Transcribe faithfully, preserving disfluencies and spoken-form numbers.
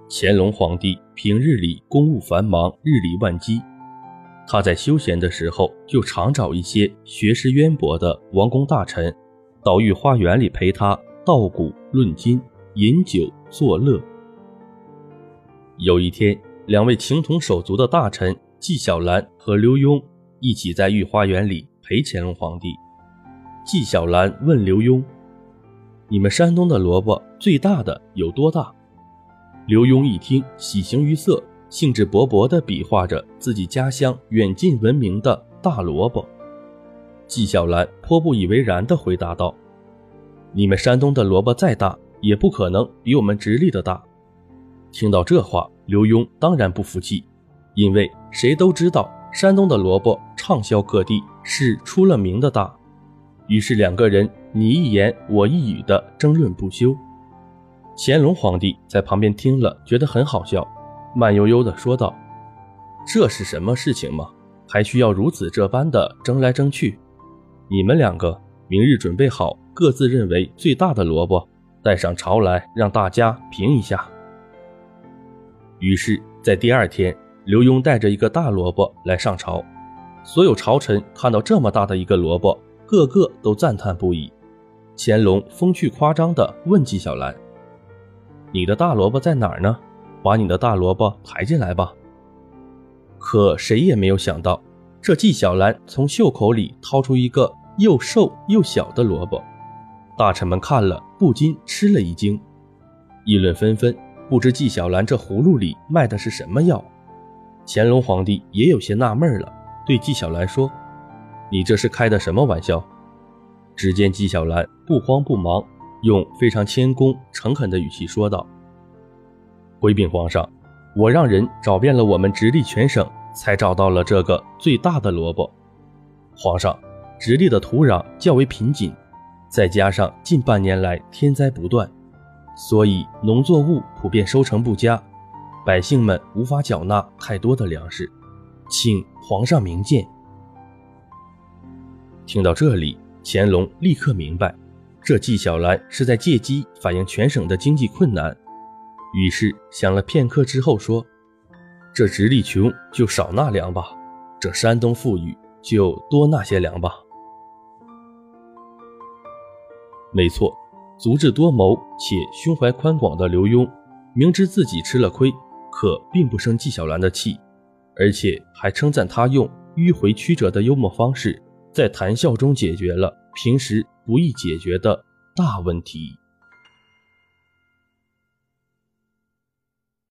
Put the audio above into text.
乾隆皇帝平日里公务繁忙，日理万机，他在休闲的时候就常找一些学识渊博的王公大臣到御花园里陪他道古论今，饮酒作乐。有一天，两位情同手足的大臣纪晓岚和刘墉一起在御花园里陪乾隆皇帝。纪晓岚问刘墉：你们山东的萝卜最大的有多大？刘墉一听，喜形于色，兴致勃勃地比划着自己家乡远近闻名的大萝卜。纪晓岚颇不以为然地回答道：你们山东的萝卜再大，也不可能比我们直隶的大。听到这话，刘墉当然不服气，因为谁都知道山东的萝卜畅销各地，是出了名的大。于是两个人你一言我一语的争论不休。乾隆皇帝在旁边听了，觉得很好笑，慢悠悠地说道：这是什么事情吗？还需要如此这般的争来争去？你们两个明日准备好各自认为最大的萝卜，带上朝来让大家评一下。于是在第二天，刘墉带着一个大萝卜来上朝，所有朝臣看到这么大的一个萝卜，个个都赞叹不已。乾隆风趣夸张地问纪晓岚：你的大萝卜在哪儿呢？把你的大萝卜抬进来吧。可谁也没有想到，这纪晓岚从袖口里掏出一个又瘦又小的萝卜。大臣们看了不禁吃了一惊，议论纷纷，不知纪晓岚这葫芦里卖的是什么药。乾隆皇帝也有些纳闷了，对纪晓岚说：你这是开的什么玩笑？只见纪晓岚不慌不忙，用非常谦恭诚恳的语气说道：回禀皇上，我让人找遍了我们直隶全省，才找到了这个最大的萝卜。皇上，直隶的土壤较为贫瘠，再加上近半年来天灾不断，所以农作物普遍收成不佳，百姓们无法缴纳太多的粮食，请皇上明鉴。听到这里，乾隆立刻明白，这纪晓岚是在借机反映全省的经济困难，于是想了片刻之后说：这直隶穷就少纳粮吧，这山东富裕就多纳些粮吧。没错，足智多谋且胸怀宽广的刘墉，明知自己吃了亏，可并不生纪晓岚的气，而且还称赞他用迂回曲折的幽默方式，在谈笑中解决了平时不易解决的大问题。